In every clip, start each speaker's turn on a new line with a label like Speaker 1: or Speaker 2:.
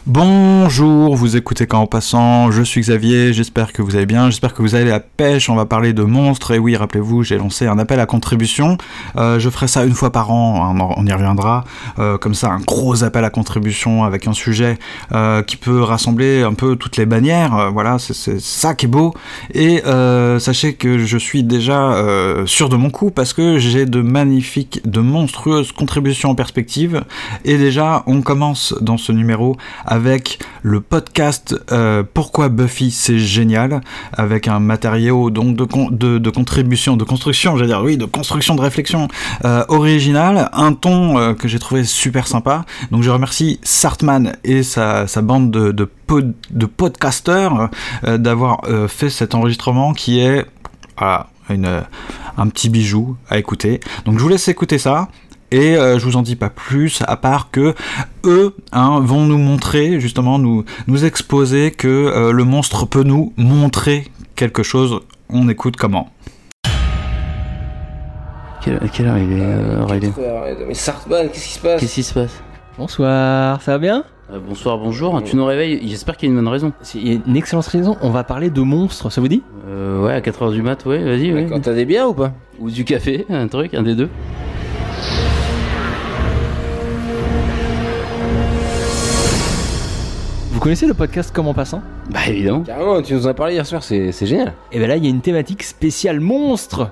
Speaker 1: Bonjour, vous écoutez Quand en passant, je suis Xavier, j'espère que vous allez bien, j'espère que vous allez à la pêche, on va parler de monstres, et oui, rappelez-vous, j'ai lancé un appel à contribution, je ferai ça une fois par an, on y reviendra, comme ça, un gros appel à contribution avec un sujet qui peut rassembler un peu toutes les bannières, voilà, c'est ça qui est beau, et sachez que je suis déjà sûr de mon coup, parce que j'ai de magnifiques, de monstrueuses contributions en perspective, et déjà, on commence dans ce numéro avec le podcast Pourquoi Buffy c'est génial, avec un matériau donc de contribution, de construction, j'allais dire oui, de construction de réflexion original, un ton que j'ai trouvé super sympa. Donc je remercie Sartman et sa bande de podcasteurs d'avoir fait cet enregistrement qui est voilà, un petit bijou à écouter. Donc je vous laisse écouter ça. Et je vous en dis pas plus, à part que eux vont nous montrer, justement, nous exposer que le monstre peut nous montrer quelque chose. On écoute comment.
Speaker 2: Quelle heure il est, Riley ?
Speaker 3: Mais Sartman, qu'est-ce qui se passe ?
Speaker 2: Bonsoir, ça va bien ?
Speaker 3: Bonsoir, bonjour, tu nous réveilles, j'espère qu'il y a une bonne raison.
Speaker 2: Il y a une excellente raison, on va parler de monstres, ça vous dit ?
Speaker 3: Ouais, à 4h du mat, ouais, vas-y, ouais.
Speaker 4: Quand t'as des bières ou pas ?
Speaker 3: Ou du café, un truc, un des deux.
Speaker 2: Vous connaissez le podcast Comme en passant ?
Speaker 3: Bah évidemment.
Speaker 4: Carrément, tu nous en as parlé hier soir, c'est génial.
Speaker 2: Et ben là, il y a une thématique spéciale monstre.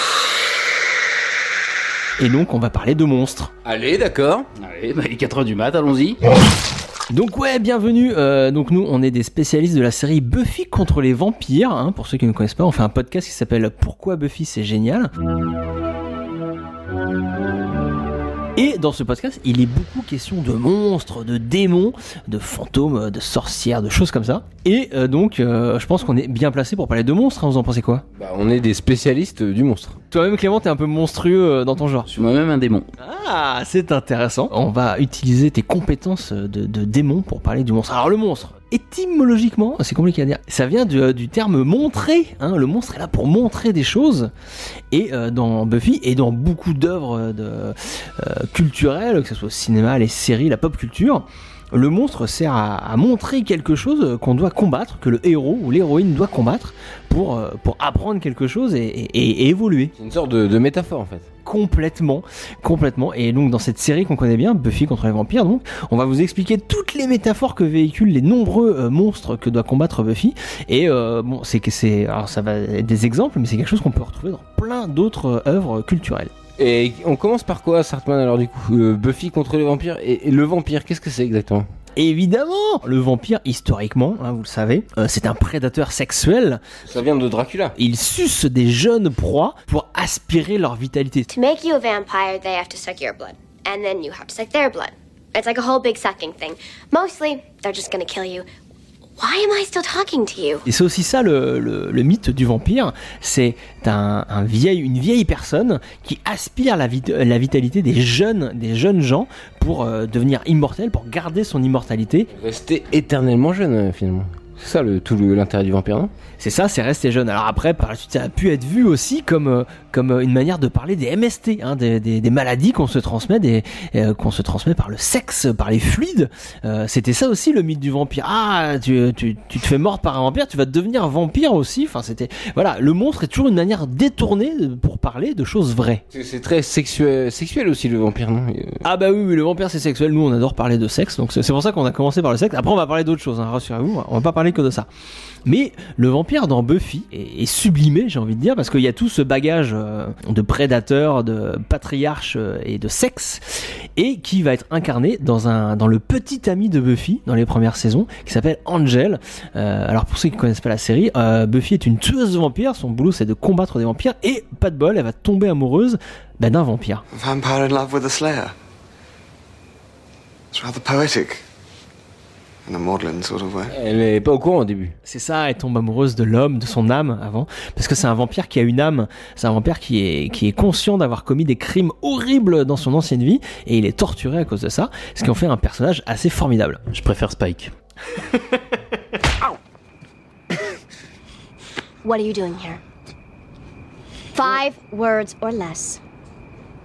Speaker 2: Et donc, on va parler de monstres.
Speaker 4: Allez, d'accord.
Speaker 3: Allez, bah il est 4h du mat, allons-y.
Speaker 2: Donc ouais, bienvenue. Donc nous, on est des spécialistes de la série Buffy contre les vampires. Hein, pour ceux qui ne connaissent pas, on fait un podcast qui s'appelle Pourquoi Buffy c'est génial. Et dans ce podcast, il est beaucoup question de monstres, de démons, de fantômes, de sorcières, de choses comme ça. Et donc, je pense qu'on est bien placé pour parler de monstres. Hein, vous en pensez quoi ?
Speaker 4: Bah, on est des spécialistes du monstre.
Speaker 2: Toi-même, Clément, t'es un peu monstrueux dans ton genre.
Speaker 3: Je suis moi-même un démon.
Speaker 2: Ah, c'est intéressant. On va utiliser tes compétences de démon pour parler du monstre. Alors le monstre, étymologiquement, c'est compliqué à dire. Ça vient du terme montrer. Hein. Le monstre est là pour montrer des choses. Et dans Buffy et dans beaucoup d'œuvres culturelles, que ce soit au cinéma, les séries, la pop culture, le monstre sert à montrer quelque chose qu'on doit combattre, que le héros ou l'héroïne doit combattre pour apprendre quelque chose et évoluer.
Speaker 4: C'est une sorte de métaphore en fait.
Speaker 2: Complètement. Et donc dans cette série qu'on connaît bien, Buffy contre les vampires, donc, on va vous expliquer toutes les métaphores que véhiculent les nombreux monstres que doit combattre Buffy. Et bon, alors ça va être des exemples, mais c'est quelque chose qu'on peut retrouver dans plein d'autres œuvres culturelles.
Speaker 4: Et on commence par quoi, Sartman, alors du coup Buffy contre les vampires, et le vampire, qu'est-ce que c'est exactement ?
Speaker 2: Évidemment, le vampire, historiquement, hein, vous le savez, c'est un prédateur sexuel.
Speaker 4: Ça vient de Dracula.
Speaker 2: Il suce des jeunes proies pour aspirer leur vitalité.
Speaker 5: To make you a vampire, they have to suck your blood. And then you have to suck their blood. It's like a whole big sucking thing. Mostly, they're just gonna kill you. Why am I still talking to you? Et
Speaker 2: c'est aussi ça le mythe du vampire, c'est une vieille personne qui aspire la vitalité des jeunes gens pour devenir immortel, pour garder son immortalité.
Speaker 4: Rester éternellement jeune finalement. C'est ça l'intérêt du vampire, non ?
Speaker 2: C'est ça, c'est rester jeune. Alors après, par la suite, ça a pu être vu aussi comme une manière de parler des MST, hein, des maladies qu'on se transmet, qu'on se transmet par le sexe, par les fluides. C'était ça aussi le mythe du vampire. Ah, tu te fais mordre par un vampire, tu vas devenir vampire aussi. Enfin, voilà, le monstre est toujours une manière détournée pour parler de choses vraies.
Speaker 4: C'est très sexuel aussi le vampire, non ?
Speaker 2: Ah bah oui, le vampire c'est sexuel. Nous, on adore parler de sexe, donc c'est pour ça qu'on a commencé par le sexe. Après, on va parler d'autres choses. Hein, rassurez-vous, on va pas parler que de ça. Mais le vampire dans Buffy est sublimé, j'ai envie de dire, parce qu'il y a tout ce bagage de prédateurs, de patriarches et de sexe, et qui va être incarné dans le petit ami de Buffy dans les premières saisons, qui s'appelle Angel. Alors pour ceux qui ne connaissent pas la série, Buffy est une tueuse de vampires, son boulot c'est de combattre des vampires, et pas de bol, elle va tomber amoureuse d'un vampire.
Speaker 6: Vampire in love with a slayer. It's rather poetic. In a maudlin sort of way.
Speaker 4: Elle n'est pas au courant au début.
Speaker 2: C'est ça, elle tombe amoureuse de l'homme, de son âme avant, parce que c'est un vampire qui a une âme, c'est un vampire qui est conscient d'avoir commis des crimes horribles dans son ancienne vie, et il est torturé à cause de ça, ce qui en fait un personnage assez formidable.
Speaker 3: Je préfère Spike.
Speaker 5: What are you doing here? 5 words or less.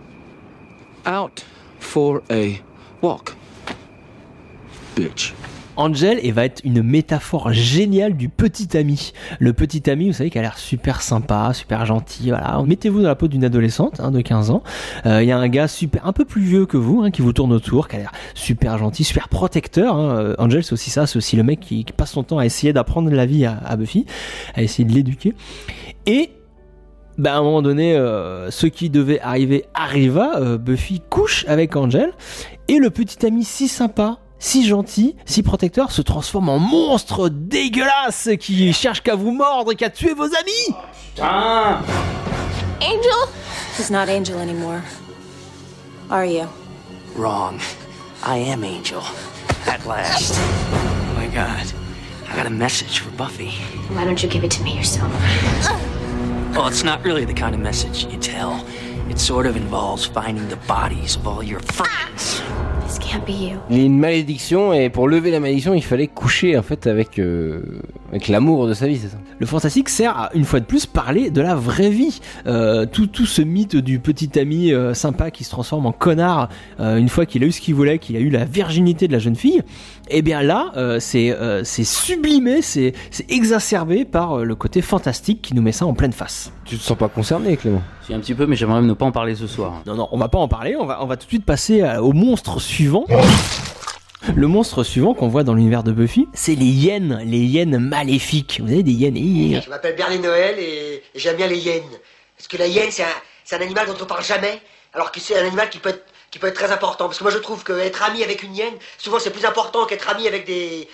Speaker 6: Out for a walk. Bitch.
Speaker 2: Angel va être une métaphore géniale du petit ami. Le petit ami, vous savez, qui a l'air super sympa, super gentil. Voilà. Mettez-vous dans la peau d'une adolescente de 15 ans. Il y a un gars un peu plus vieux que vous, qui vous tourne autour, qui a l'air super gentil, super protecteur. Angel, c'est aussi ça, c'est aussi le mec qui passe son temps à essayer d'apprendre la vie à Buffy, à essayer de l'éduquer. Et à un moment donné, ce qui devait arriver arriva. Buffy couche avec Angel, et le petit ami si sympa, si gentil, si protecteur, se transforme en monstre dégueulasse qui cherche qu'à vous mordre et qu'à tuer vos amis.
Speaker 3: Putain!
Speaker 7: Angel? He's not Angel anymore. Are you?
Speaker 8: Wrong. I am Angel. At last. Oh my god. I got a message for Buffy.
Speaker 5: Why don't you give it to me yourself?
Speaker 8: Well, it's not really the kind of message you tell. It sort of involves finding the bodies of all your friends.
Speaker 5: This can't be you.
Speaker 4: Il y a une malédiction, et pour lever la malédiction, il fallait coucher en fait avec l'amour de sa vie, c'est ça?
Speaker 2: Le fantastique sert à, une fois de plus, parler de la vraie vie. Tout ce mythe du petit ami sympa qui se transforme en connard une fois qu'il a eu ce qu'il voulait, qu'il a eu la virginité de la jeune fille. Et bien là, c'est sublimé, c'est exacerbé par le côté fantastique qui nous met ça en pleine face.
Speaker 4: Tu te sens pas concerné, Clément?
Speaker 3: Si, un petit peu, mais j'aimerais même ne pas en parler ce soir.
Speaker 2: Non, on va pas en parler, on va tout de suite passer au monstre suivant. Le monstre suivant qu'on voit dans l'univers de Buffy, c'est les hyènes maléfiques. Vous avez des hyènes.
Speaker 9: Je m'appelle Bernie Noël et j'aime bien les hyènes. Parce que la hyène, c'est un animal dont on parle jamais, alors que c'est un animal qui peut être très important. Parce que moi je trouve qu'être ami avec une hyène, souvent c'est plus important qu'être ami avec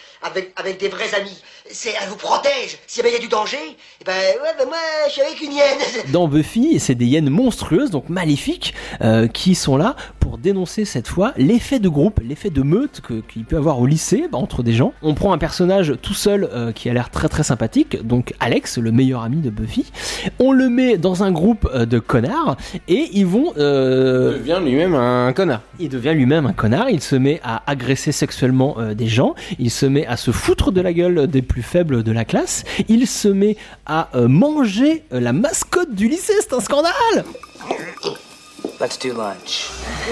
Speaker 9: des vrais amis. Elle vous protège. Si il y a du danger, moi je suis avec une hyène.
Speaker 2: Dans Buffy, c'est des hyènes monstrueuses, donc maléfiques, qui sont là pour dénoncer cette fois l'effet de groupe, l'effet de meute qu'il peut avoir au lycée entre des gens. On prend un personnage tout seul qui a l'air très très sympathique, donc Alex, le meilleur ami de Buffy. On le met dans un groupe de connards et ils vont...
Speaker 4: Il devient lui-même un connard.
Speaker 2: Il devient lui-même un connard, il se met à agresser sexuellement des gens, il se met à se foutre de la gueule des plus faibles de la classe, il se met à manger la mascotte du lycée, c'est un scandale!
Speaker 8: Let's do lunch.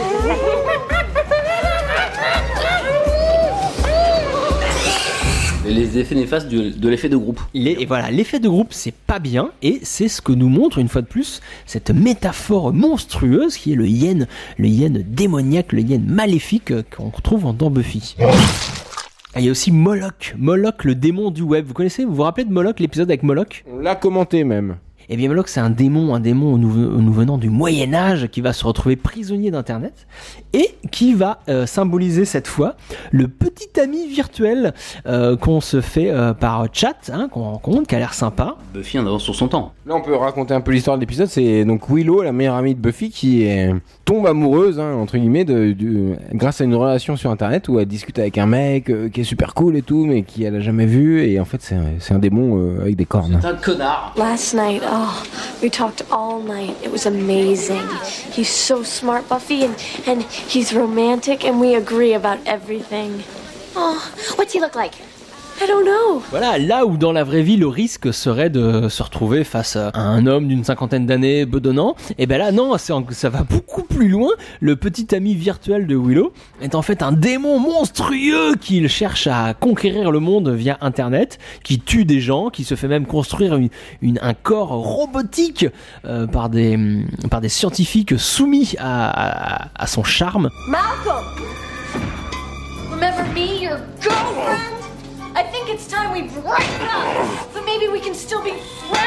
Speaker 3: Les effets néfastes de l'effet de groupe.
Speaker 2: Et voilà, l'effet de groupe, c'est pas bien, et c'est ce que nous montre une fois de plus cette métaphore monstrueuse qui est le hyène démoniaque, le hyène maléfique qu'on trouve dans Buffy. Il y a aussi Moloch, le démon du web. Vous vous rappelez de Moloch, l'épisode avec Moloch?
Speaker 4: On l'a commenté même.
Speaker 2: Eh bien Moloch, c'est un démon nous venant du Moyen-Âge qui va se retrouver prisonnier d'Internet et qui va symboliser cette fois le petit ami virtuel qu'on se fait par chat, qu'on rencontre, qui a l'air sympa.
Speaker 3: Buffy en avance sur son temps.
Speaker 4: Là, on peut raconter un peu l'histoire de l'épisode. C'est donc Willow, la meilleure amie de Buffy, qui tombe amoureuse, entre guillemets, grâce à une relation sur Internet où elle discute avec un mec qui est super cool et tout, mais qui elle a jamais vu. Et en fait, c'est un démon avec des cornes.
Speaker 3: C'est un connard.
Speaker 5: Last night, we talked all night. It was amazing. He's so smart, Buffy, and he's romantic, and we agree about everything. Oh, what's he look like? I don't know.
Speaker 2: Voilà, là où dans la vraie vie le risque serait de se retrouver face à un homme d'une 50aine d'années bedonnant, et ben là non, ça va beaucoup plus loin. Le petit ami virtuel de Willow est en fait un démon monstrueux qui cherche à conquérir le monde via Internet, qui tue des gens, qui se fait même construire un corps robotique par des scientifiques soumis à son charme.
Speaker 7: Malcolm! Remember me, your girlfriend? I think it's time we break up, but maybe we can still be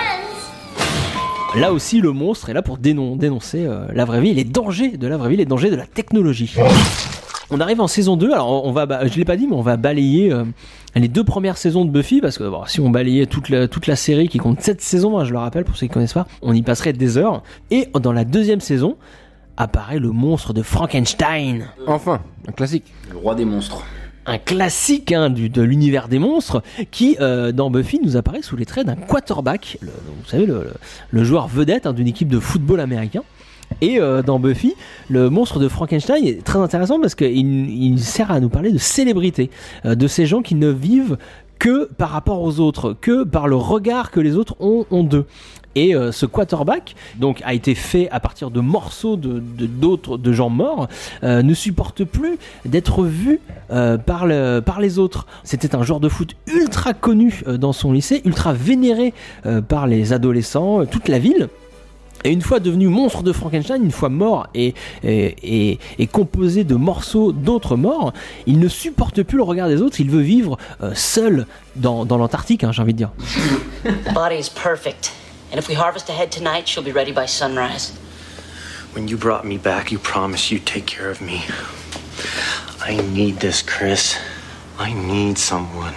Speaker 7: friends.
Speaker 2: Là aussi, le monstre est là pour dénoncer la vraie vie, les dangers de la vraie vie, les dangers de la technologie. On arrive en saison 2, alors je l'ai pas dit, mais on va balayer les 2 premières saisons de Buffy, parce que si on balayait toute la série qui compte 7 saisons, je le rappelle pour ceux qui connaissent pas, on y passerait des heures. Et dans la 2e saison, apparaît le monstre de Frankenstein.
Speaker 4: Enfin, un classique.
Speaker 3: Le roi des monstres.
Speaker 2: Un classique de l'univers des monstres qui, dans Buffy, nous apparaît sous les traits d'un quarterback, vous savez, le joueur vedette d'une équipe de football américain. Et dans Buffy, le monstre de Frankenstein est très intéressant parce qu'il sert à nous parler de célébrité, de ces gens qui ne vivent que par rapport aux autres, que par le regard que les autres ont d'eux. Et ce quarterback, donc, a été fait à partir de morceaux de gens morts, ne supporte plus d'être vu par les autres. C'était un joueur de foot ultra connu dans son lycée, ultra vénéré par les adolescents, toute la ville. Et une fois devenu monstre de Frankenstein, une fois mort et composé de morceaux d'autres morts, il ne supporte plus le regard des autres, il veut vivre seul dans l'Antarctique, j'ai envie de dire.
Speaker 10: The body is perfect. And if we harvest a head tonight, she'll be ready by sunrise.
Speaker 8: When you brought me back, you promised you'd take care of me. I need this, Chris. I need someone.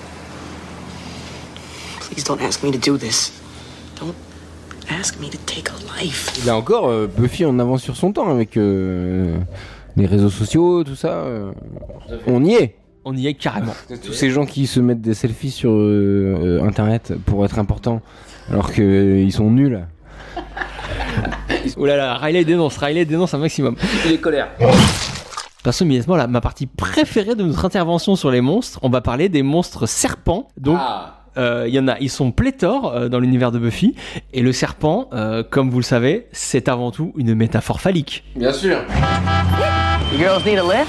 Speaker 10: Please don't ask me to do this. Don't ask me to take a life.
Speaker 4: Là encore, Buffy en avance sur son temps avec les réseaux sociaux, tout ça. On y est.
Speaker 2: On y est carrément.
Speaker 4: Tous ces gens qui se mettent des selfies sur Internet pour être importants, alors qu'ils sont nuls.
Speaker 2: Oh là là, Riley dénonce un maximum.
Speaker 3: Il est colère.
Speaker 2: Passons immédiatement à ma partie préférée de notre intervention sur les monstres. On va parler des monstres serpents. Donc, y en a, ils sont pléthores dans l'univers de Buffy. Et le serpent, comme vous le savez, c'est avant tout une métaphore phallique.
Speaker 4: Bien sûr.
Speaker 10: You girls need a lift?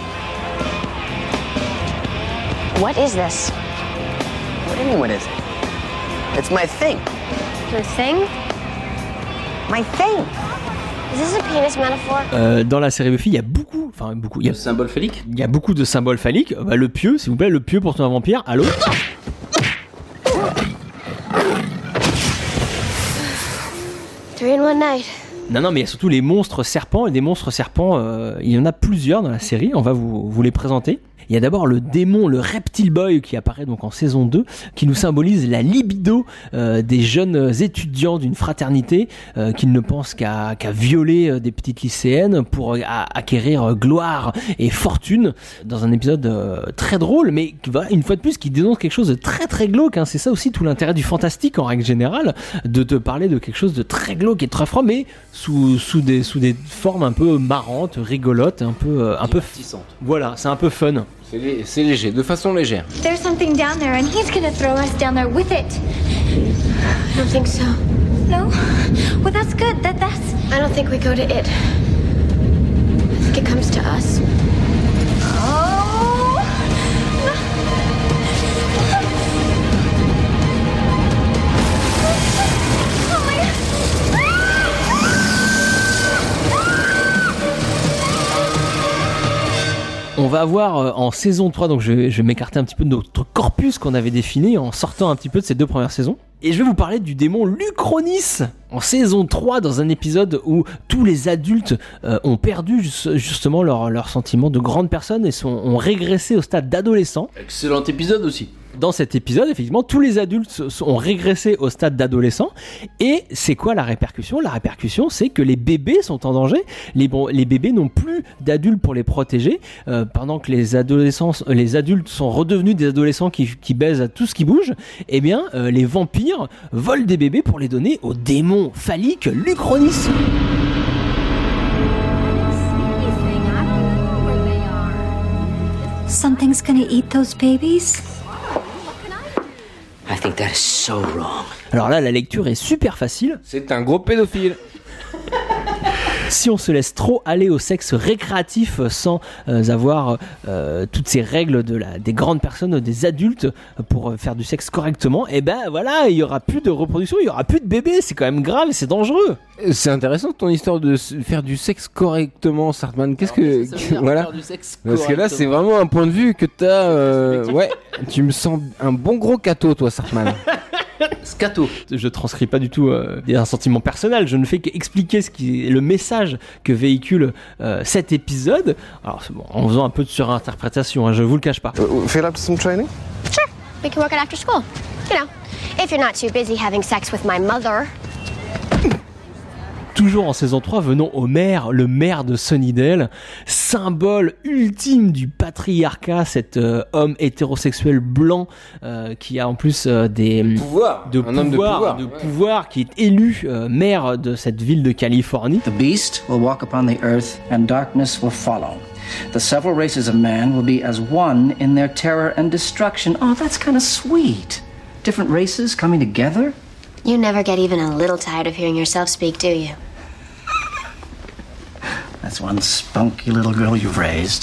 Speaker 5: What is this?
Speaker 10: What do you mean, what is it? It's my thing.
Speaker 5: Your thing? My thing? Is this a penis metaphor?
Speaker 2: Dans la série Buffy, il y a beaucoup, il y a
Speaker 3: Symbole phallique.
Speaker 2: Il y a beaucoup de symboles phalliques. Le pieu, s'il vous plaît, le pieu pour tuer un vampire. Allô?
Speaker 5: Three in one night.
Speaker 2: Non, mais il y a surtout les monstres serpents. Et des monstres serpents, il y en a plusieurs dans la série. On va vous les présenter. Il y a d'abord le démon, le Reptile Boy, qui apparaît donc en saison 2, qui nous symbolise la libido des jeunes étudiants d'une fraternité qui ne pensent qu'à violer des petites lycéennes pour acquérir gloire et fortune, dans un épisode très drôle, mais une fois de plus qui dénonce quelque chose de très très glauque. C'est ça aussi tout l'intérêt du fantastique en règle générale, de te parler de quelque chose de très glauque et très froid, mais sous des formes un peu marrantes, rigolotes, un peu voilà, c'est un peu fun.
Speaker 4: C'est léger, de façon légère.
Speaker 7: There's something down there, and he's gonna throw us down there with it.
Speaker 5: I don't think so.
Speaker 7: No? Well, that's good. That's...
Speaker 5: I don't think we go to it. I think it comes to us.
Speaker 7: Oh! Oh my God!
Speaker 2: On va avoir en saison 3, donc je vais m'écarter un petit peu de notre corpus qu'on avait défini en sortant un petit peu de ces deux premières saisons. Et je vais vous parler du démon Lucronis en saison 3, dans un épisode où tous les adultes ont perdu justement leur sentiment de grande personne et ont régressé au stade d'adolescent.
Speaker 3: Excellent épisode aussi.
Speaker 2: Dans cet épisode, effectivement, tous les adultes ont régressé au stade d'adolescent. Et c'est quoi la répercussion ? La répercussion, c'est que les bébés sont en danger. Les bébés n'ont plus d'adultes pour les protéger. Pendant que les adultes sont redevenus des adolescents qui baisent à tout ce qui bouge, eh bien, les vampires volent des bébés pour les donner au démon phallique Lucronis.
Speaker 7: Something's gonna eat those babies?
Speaker 10: I think that is so wrong.
Speaker 2: Alors là, la lecture est super facile.
Speaker 4: C'est un gros pédophile.
Speaker 2: Si on se laisse trop aller au sexe récréatif sans avoir toutes ces règles des grandes personnes, des adultes, pour faire du sexe correctement, et ben voilà, il y aura plus de reproduction, il y aura plus de bébés, c'est quand même grave, c'est dangereux.
Speaker 4: C'est intéressant ton histoire de faire du sexe correctement, Sartman. Qu'est-ce que voilà,
Speaker 3: faire du sexe
Speaker 4: parce que là c'est vraiment un point de vue que t'as. Ouais, tu me sens un bon gros cato, toi, Sartman.
Speaker 3: Scato.
Speaker 2: Je transcris pas du tout un sentiment personnel, je ne fais qu'expliquer le message que véhicule cet épisode. Alors c'est bon, en faisant un peu de surinterprétation, je vous le cache pas.
Speaker 6: Feel up to some training?
Speaker 5: Sure, we can work it after school. You know, if you're not too busy having sex with my mother.
Speaker 2: Toujours en saison 3, venons au maire, le maire de Sunnydale, symbole ultime du patriarcat, cet homme hétérosexuel blanc qui a en plus des pouvoirs, qui est élu maire de cette ville de Californie.
Speaker 11: The beast will walk upon the earth and darkness will follow. The several races of man will be as one in their terror and destruction. Oh, that's kind of sweet. Different races coming together.
Speaker 5: You never get even a little tired of hearing yourself speak, do you?
Speaker 11: That's one spunky little girl you've raised.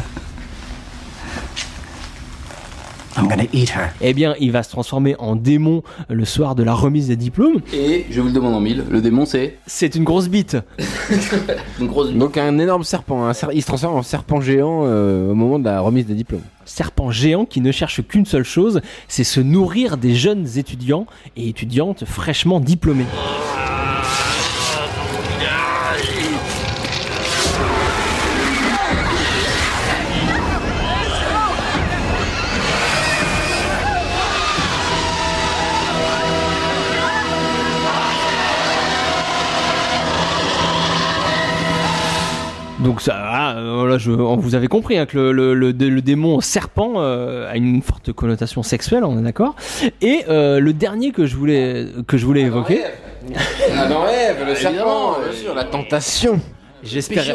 Speaker 11: I'm gonna eat her.
Speaker 2: Eh bien, il va se transformer en démon le soir de la remise des diplômes.
Speaker 3: Et je vous le demande en mille, le démon
Speaker 2: c'est une grosse bite.
Speaker 3: Une grosse bite.
Speaker 4: Donc un énorme serpent, il se transforme en serpent géant au moment de la remise des diplômes.
Speaker 2: Serpent géant qui ne cherche qu'une seule chose, c'est se nourrir des jeunes étudiants et étudiantes fraîchement diplômés. Donc ça, voilà, vous avez compris hein, que le démon serpent a une forte connotation sexuelle, on est d'accord. Et le dernier que je voulais évoquer,
Speaker 4: Adam Ève, le serpent, bien sûr, la tentation.
Speaker 2: J'espérais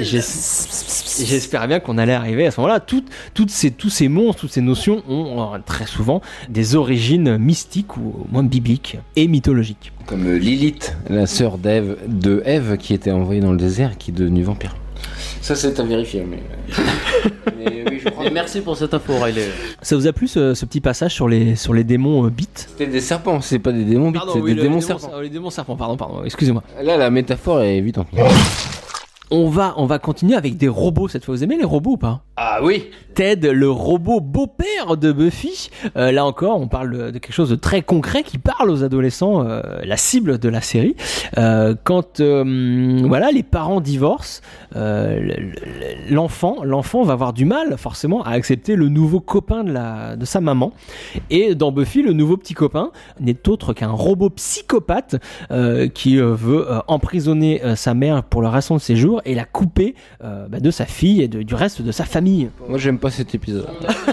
Speaker 2: bien qu'on allait arriver à ce moment-là. Tous ces monstres, toutes ces notions ont très souvent des origines mystiques ou au moins bibliques et mythologiques.
Speaker 4: Comme Lilith, la sœur de Ève qui était envoyée dans le désert et qui est devenue vampire. Ça c'est à vérifier, mais oui, je crois.
Speaker 3: Et merci pour cette info, Riley.
Speaker 2: Ça vous a plu ce petit passage sur les démons bites?
Speaker 4: C'était des serpents, c'est pas des démons bites, c'est des démons serpents.
Speaker 2: Les démons serpents, pardon, excusez-moi.
Speaker 4: Là la métaphore est vite en
Speaker 2: On va continuer avec des robots cette fois. Vous aimez les robots ou pas?
Speaker 3: Ah oui.
Speaker 2: Ted, le robot beau-père de Buffy. Là encore, on parle de quelque chose de très concret qui parle aux adolescents, la cible de la série. Quand les parents divorcent, l'enfant va avoir du mal forcément à accepter le nouveau copain de sa maman. Et dans Buffy, le nouveau petit copain n'est autre qu'un robot psychopathe qui veut emprisonner sa mère pour le restant de ses jours et la couper de sa fille et du reste de sa famille.
Speaker 4: Moi j'aime pas cet épisode.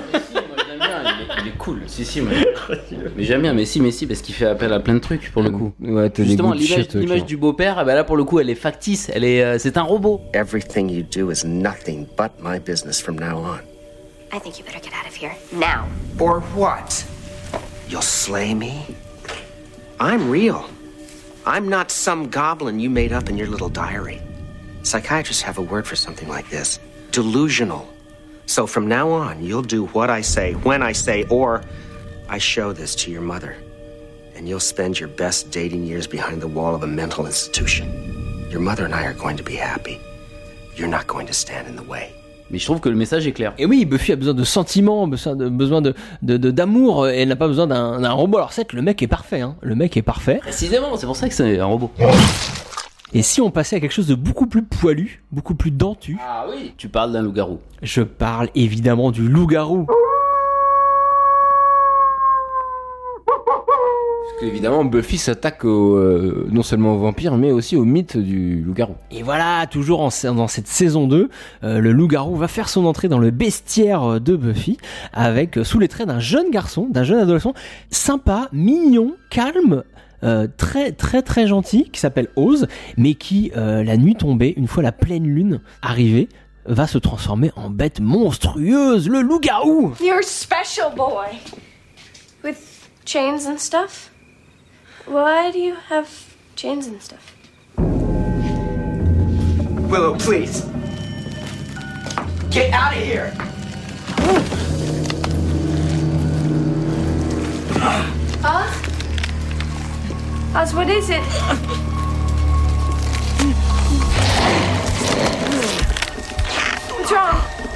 Speaker 3: Il est cool, si, mais j'aime bien, mais si, parce qu'il fait appel à plein de trucs pour le coup.
Speaker 4: Ouais, t'as
Speaker 3: justement,
Speaker 4: des
Speaker 3: l'image du beau-père, là pour le coup, elle est factice, c'est un robot.
Speaker 12: Everything you do is nothing but my business from now on.
Speaker 5: I think you better get out of here. Now.
Speaker 12: Or what? You'll slay me? I'm real. I'm not some goblin you made up in your little diary. Psychiatrists have a word for something like this. Delusional. So from now on, you'll do what I say, when I say, or I show this to your mother. And you'll spend your best dating years behind the wall of a mental institution. Your mother and I are going to be happy. You're not going to stand in the way.
Speaker 3: Mais je trouve que le message est clair.
Speaker 2: Et oui, Buffy a besoin de sentiments, besoin d'amour, et elle n'a pas besoin d'un robot. Alors c'est que le mec est parfait, hein. Le mec est parfait.
Speaker 3: Précisément, c'est pour ça que c'est un robot.
Speaker 2: Et si on passait à quelque chose de beaucoup plus poilu, beaucoup plus dentu?
Speaker 3: Ah oui. Tu parles d'un loup-garou.
Speaker 2: Je parle évidemment du loup-garou.
Speaker 4: Parce qu'évidemment Buffy s'attaque non seulement aux vampires mais aussi au mythe du loup-garou.
Speaker 2: Et voilà, toujours dans cette saison 2, le loup-garou va faire son entrée dans le bestiaire de Buffy avec sous les traits d'un jeune garçon, d'un jeune adolescent, sympa, mignon, calme, très très très gentil, qui s'appelle Oz, mais qui, la nuit tombée, une fois la pleine lune arrivée, va se transformer en bête monstrueuse, le loup-garou.
Speaker 5: You're a special boy. With chains and stuff? Why do you have chains and stuff?
Speaker 9: Willow, please. Get out of here.
Speaker 5: Oz, what is it? What's wrong?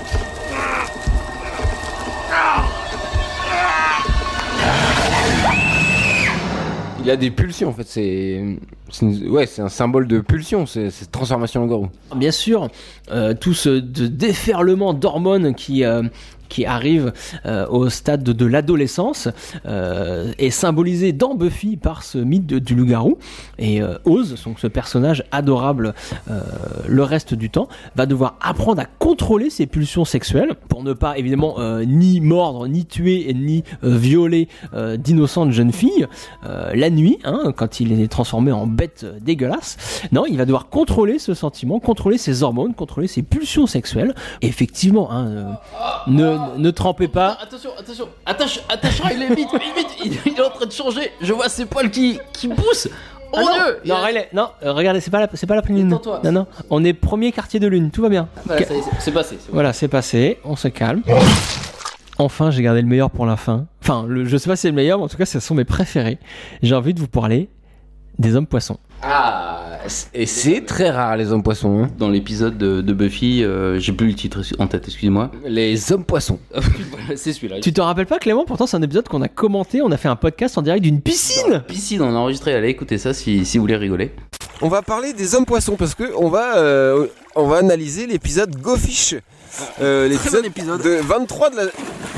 Speaker 4: Il a des pulsions en fait, c'est un symbole de pulsion, c'est transformation en loup-garou.
Speaker 2: Bien sûr, tout ce déferlement d'hormones qui arrive au stade de l'adolescence est symbolisé dans Buffy par ce mythe du loup-garou, et Oz, donc ce personnage adorable le reste du temps, va devoir apprendre à contrôler ses pulsions sexuelles pour ne pas évidemment ni mordre, ni tuer, ni violer d'innocentes jeunes filles la nuit, hein, quand il est transformé en bête dégueulasse. Non, il va devoir contrôler ce sentiment, contrôler ses hormones, contrôler ses pulsions sexuelles. Et effectivement, hein, ne ne trempez pas.
Speaker 3: Attention, attache Riley, vite, il est en train de changer. Je vois ses poils qui poussent. Oh
Speaker 2: non,
Speaker 3: Dieu.
Speaker 2: Non, Riley, non, regardez, c'est pas la pleine lune.
Speaker 3: Détends-toi.
Speaker 2: Non, on est premier quartier de lune, tout va bien.
Speaker 3: Voilà, ça y est, c'est passé. C'est bon.
Speaker 2: Voilà, c'est passé, on se calme. Enfin, j'ai gardé le meilleur pour la fin. Enfin, je sais pas si c'est le meilleur, mais en tout cas, ce sont mes préférés. J'ai envie de vous parler des hommes poissons.
Speaker 3: Ah,
Speaker 4: Et c'est très rare, les hommes poissons. Hein.
Speaker 3: dans l'épisode de Buffy, j'ai plus le titre en tête, excusez-moi.
Speaker 4: Les hommes poissons.
Speaker 3: C'est celui-là.
Speaker 2: Tu te rappelles pas, Clément? Pourtant, c'est un épisode qu'on a commenté. On a fait un podcast en direct d'une piscine.
Speaker 3: Piscine, on a enregistré. Allez, écoutez ça si vous voulez rigoler.
Speaker 4: On va parler des hommes poissons parce que on va analyser l'épisode Go Fish. L'épisode de 23 de la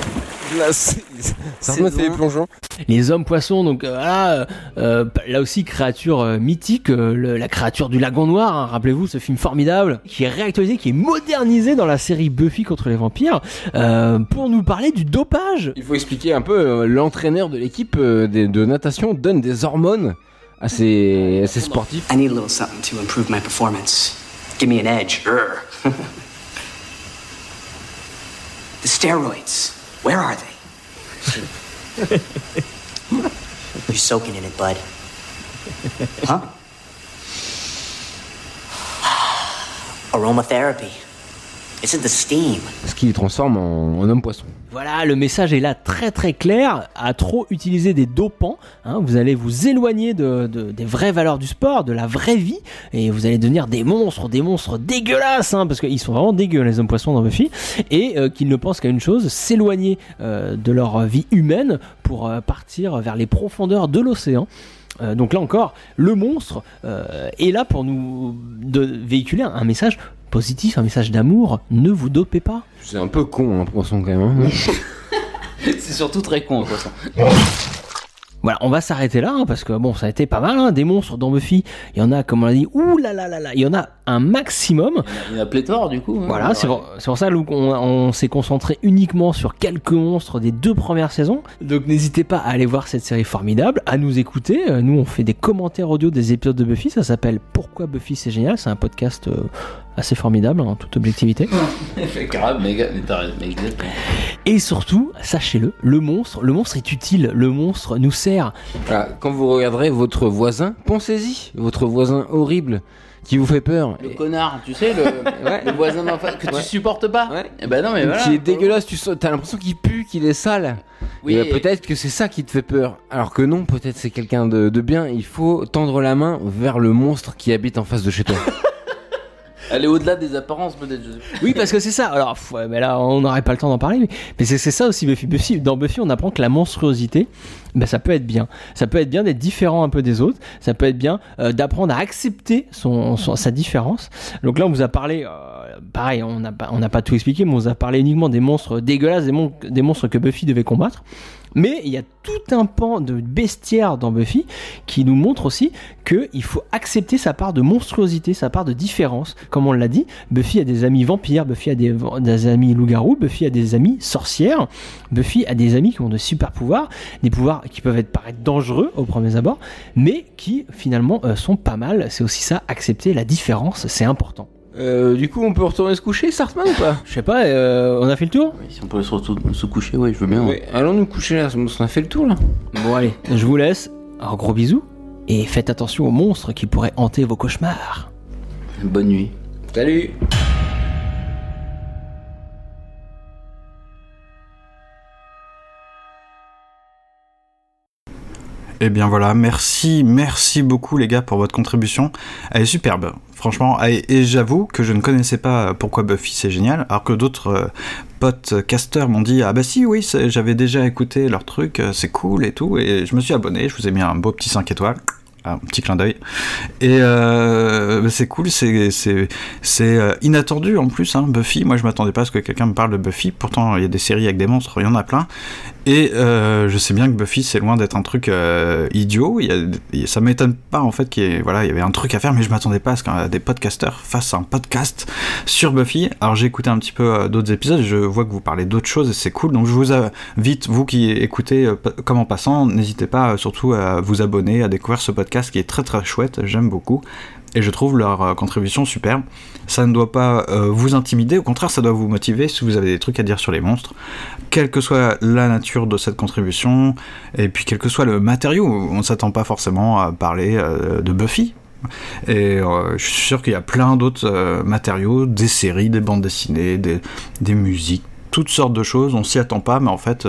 Speaker 4: ça me fait les plongeons.
Speaker 2: Les hommes poissons, donc là aussi créature mythique, la créature du lagon noir, hein, rappelez-vous ce film formidable qui est réactualisé, qui est modernisé dans la série Buffy contre les vampires pour nous parler du dopage.
Speaker 4: Il faut expliquer un peu, l'entraîneur de l'équipe de natation donne des hormones à ses sportifs.
Speaker 10: I need a little something to improve my performance. Give me an edge. The steroids. Where are they? You're soaking in it, bud. Huh? Aromatherapy. It's in the steam.
Speaker 4: Ce qui les transforme en homme poisson.
Speaker 2: Voilà, le message est là très très clair. À trop utiliser des dopants, hein, vous allez vous éloigner des vraies valeurs du sport, de la vraie vie, et vous allez devenir des monstres dégueulasses, hein, parce qu'ils sont vraiment dégueux les hommes poissons dans Buffy, et qu'ils ne pensent qu'à une chose, s'éloigner de leur vie humaine pour partir vers les profondeurs de l'océan. Donc là encore, le monstre est là pour nous véhiculer un message positif, un message d'amour. Ne vous dopez pas.
Speaker 4: C'est un peu con, un poisson quand même. Hein.
Speaker 3: C'est surtout très con, un poisson.
Speaker 2: Voilà, on va s'arrêter là, hein, parce que bon, ça a été pas mal, hein, des monstres dans Buffy. Il y en a, comme on l'a dit, il y en a un maximum.
Speaker 3: Il y en a pléthore, du coup. Hein.
Speaker 2: Voilà, c'est pour ça qu'on s'est concentré uniquement sur quelques monstres des 2 premières saisons. Donc n'hésitez pas à aller voir cette série formidable, à nous écouter. Nous, on fait des commentaires audio des épisodes de Buffy. Ça s'appelle Pourquoi Buffy c'est génial. C'est un podcast assez formidable, en toute objectivité.
Speaker 3: Grave, méga, exactement.
Speaker 2: Et surtout, sachez-le, le monstre est utile. Le monstre nous sert.
Speaker 4: Voilà, quand vous regarderez votre voisin, pensez-y. Votre voisin horrible qui vous fait peur.
Speaker 3: Le connard, tu sais, le voisin d'en face que tu supportes pas.
Speaker 4: Ouais.
Speaker 3: Et ben non, mais voilà.
Speaker 4: Qui est dégueulasse, t'as l'impression qu'il pue, qu'il est sale. Oui. Et peut-être que c'est ça qui te fait peur. Alors que non, peut-être c'est quelqu'un de bien. Il faut tendre la main vers le monstre qui habite en face de chez toi.
Speaker 3: Elle est au-delà des apparences, peut-être.
Speaker 2: Oui, parce que c'est ça. Alors, mais là, on n'aurait pas le temps d'en parler. Mais c'est ça aussi, Buffy. Dans Buffy, on apprend que la monstruosité, ça peut être bien. Ça peut être bien d'être différent un peu des autres. Ça peut être bien d'apprendre à accepter sa différence. Donc là, on vous a parlé, pareil, on n'a pas tout expliqué, mais on vous a parlé uniquement des monstres dégueulasses, des monstres que Buffy devait combattre. Mais il y a tout un pan de bestiaire dans Buffy qui nous montre aussi qu'il faut accepter sa part de monstruosité, sa part de différence. Comme on l'a dit, Buffy a des amis vampires, Buffy a des amis loups-garous, Buffy a des amis sorcières, Buffy a des amis qui ont de super pouvoirs, des pouvoirs qui peuvent paraître dangereux au premier abord, mais qui finalement sont pas mal. C'est aussi ça, accepter la différence, c'est important.
Speaker 4: Du coup, on peut retourner se coucher, Sartman, ou pas?
Speaker 2: Je sais pas, on a fait le tour?
Speaker 3: Oui, si on peut se coucher, oui, je veux bien.
Speaker 4: Oui, allons nous coucher là, on a fait le tour là.
Speaker 2: Bon, allez, je vous laisse. Alors, gros bisous, et faites attention aux monstres qui pourraient hanter vos cauchemars.
Speaker 3: Bonne nuit.
Speaker 4: Salut.
Speaker 1: Eh bien voilà, merci beaucoup les gars pour votre contribution. Elle est superbe, franchement. Et j'avoue que je ne connaissais pas Pourquoi Buffy c'est génial, alors que d'autres podcasteurs m'ont dit « Ah bah si, oui, j'avais déjà écouté leur truc, c'est cool et tout », et je me suis abonné, je vous ai mis un beau petit 5 étoiles. Un petit clin d'œil. Et c'est cool, c'est inattendu en plus, hein, Buffy. Moi je m'attendais pas à ce que quelqu'un me parle de Buffy, pourtant il y a des séries avec des monstres, il y en a plein. Et je sais bien que Buffy c'est loin d'être un truc idiot, ça m'étonne pas en fait qu'il y avait un truc à faire, mais je m'attendais pas à ce qu'un des podcasteurs fasse un podcast sur Buffy. Alors j'ai écouté un petit peu d'autres épisodes, je vois que vous parlez d'autres choses et c'est cool, donc je vous invite, vous qui écoutez comme en passant, n'hésitez pas surtout à vous abonner, à découvrir ce podcast qui est très très chouette, j'aime beaucoup. et je trouve leur contribution superbe. Ça ne doit pas vous intimider, au contraire ça doit vous motiver si vous avez des trucs à dire sur les monstres, quelle que soit la nature de cette contribution, et puis quel que soit le matériau. On ne s'attend pas forcément à parler de Buffy. Et je suis sûr qu'il y a plein d'autres matériaux, des séries, des bandes dessinées, des musiques, toutes sortes de choses, on s'y attend pas, mais en fait,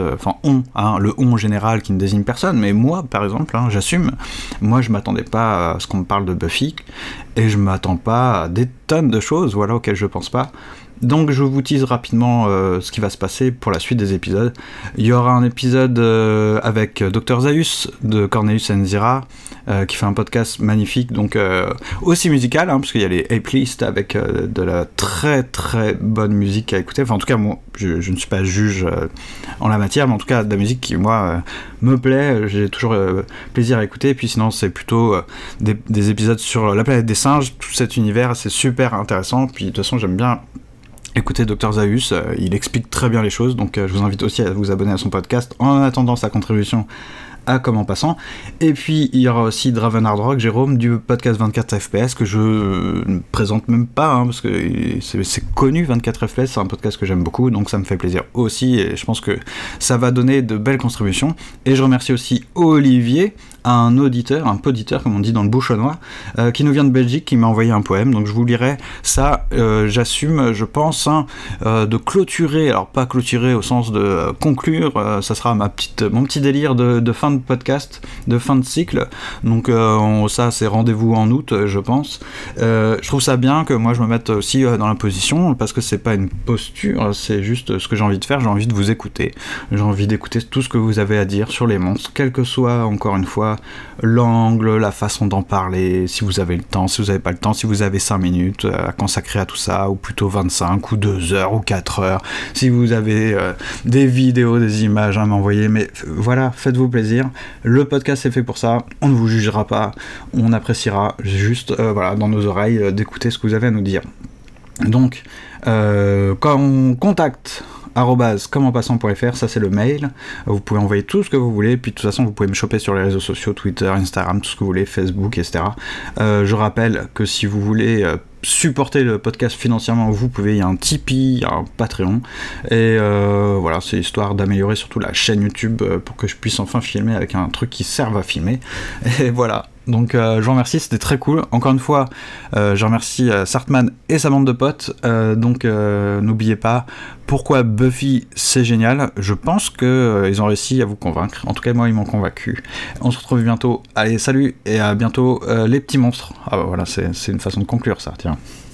Speaker 1: le on général qui ne désigne personne, mais moi, par exemple, j'assume, moi je m'attendais pas à ce qu'on me parle de Buffy, et je m'attends pas à des tonnes de choses, voilà, auxquelles je pense pas. Donc je vous tease rapidement ce qui va se passer pour la suite des épisodes. Il y aura un épisode avec Dr Zaius de Cornelius and Zira, qui fait un podcast magnifique, donc aussi musical, parce qu'il y a les A-List avec de la très très bonne musique à écouter. Enfin, en tout cas, moi, je ne suis pas juge en la matière, mais en tout cas, de la musique qui, moi, me plaît, j'ai toujours plaisir à écouter. Et puis sinon, c'est plutôt des épisodes sur la planète des singes, tout cet univers, c'est super intéressant. Puis de toute façon, j'aime bien écoutez Dr Zaius, il explique très bien les choses, donc je vous invite aussi à vous abonner à son podcast en attendant sa contribution à Comme en passant. Et puis il y aura aussi Draven Hardrock, Jérôme du podcast 24 FPS que je ne présente même pas, parce que c'est connu. 24 FPS, c'est un podcast que j'aime beaucoup, donc ça me fait plaisir aussi, et je pense que ça va donner de belles contributions. Et je remercie aussi Olivier, un auditeur, un poditeur comme on dit dans le bouchonnois, qui nous vient de Belgique, qui m'a envoyé un poème, donc je vous lirai ça. J'assume, je pense, de clôturer, alors pas clôturer au sens de conclure, ça sera mon petit délire de fin de podcast, de fin de cycle, donc ça c'est rendez-vous en août, je pense. Je trouve ça bien que moi je me mette aussi dans la position, parce que c'est pas une posture, c'est juste ce que j'ai envie de faire, j'ai envie de vous écouter, j'ai envie d'écouter tout ce que vous avez à dire sur les monstres, quel que soit, encore une fois, l'angle, la façon d'en parler, si vous avez le temps, si vous n'avez pas le temps, si vous avez 5 minutes à consacrer à tout ça, ou plutôt 25, ou 2 heures, ou 4 heures, si vous avez des vidéos, des images à m'envoyer, mais voilà, faites-vous plaisir, le podcast est fait pour ça, on ne vous jugera pas, on appréciera juste, voilà, dans nos oreilles, d'écouter ce que vous avez à nous dire. Donc, quand on contacte @comenpassant.fr, ça c'est le mail, vous pouvez envoyer tout ce que vous voulez, puis de toute façon vous pouvez me choper sur les réseaux sociaux, Twitter, Instagram, tout ce que vous voulez, Facebook, etc. Je rappelle que si vous voulez supporter le podcast financièrement, vous pouvez, il y a un Tipeee, il y a un Patreon, et voilà, c'est histoire d'améliorer surtout la chaîne YouTube pour que je puisse enfin filmer avec un truc qui serve à filmer, et voilà. Donc je vous remercie, c'était très cool. Encore une fois, je remercie Sartman et sa bande de potes. Donc n'oubliez pas, pourquoi Buffy c'est génial. Je pense qu'ils ont réussi à vous convaincre. En tout cas, moi, ils m'ont convaincu. On se retrouve bientôt. Allez, salut et à bientôt les petits monstres. Ah bah voilà, c'est une façon de conclure ça, tiens.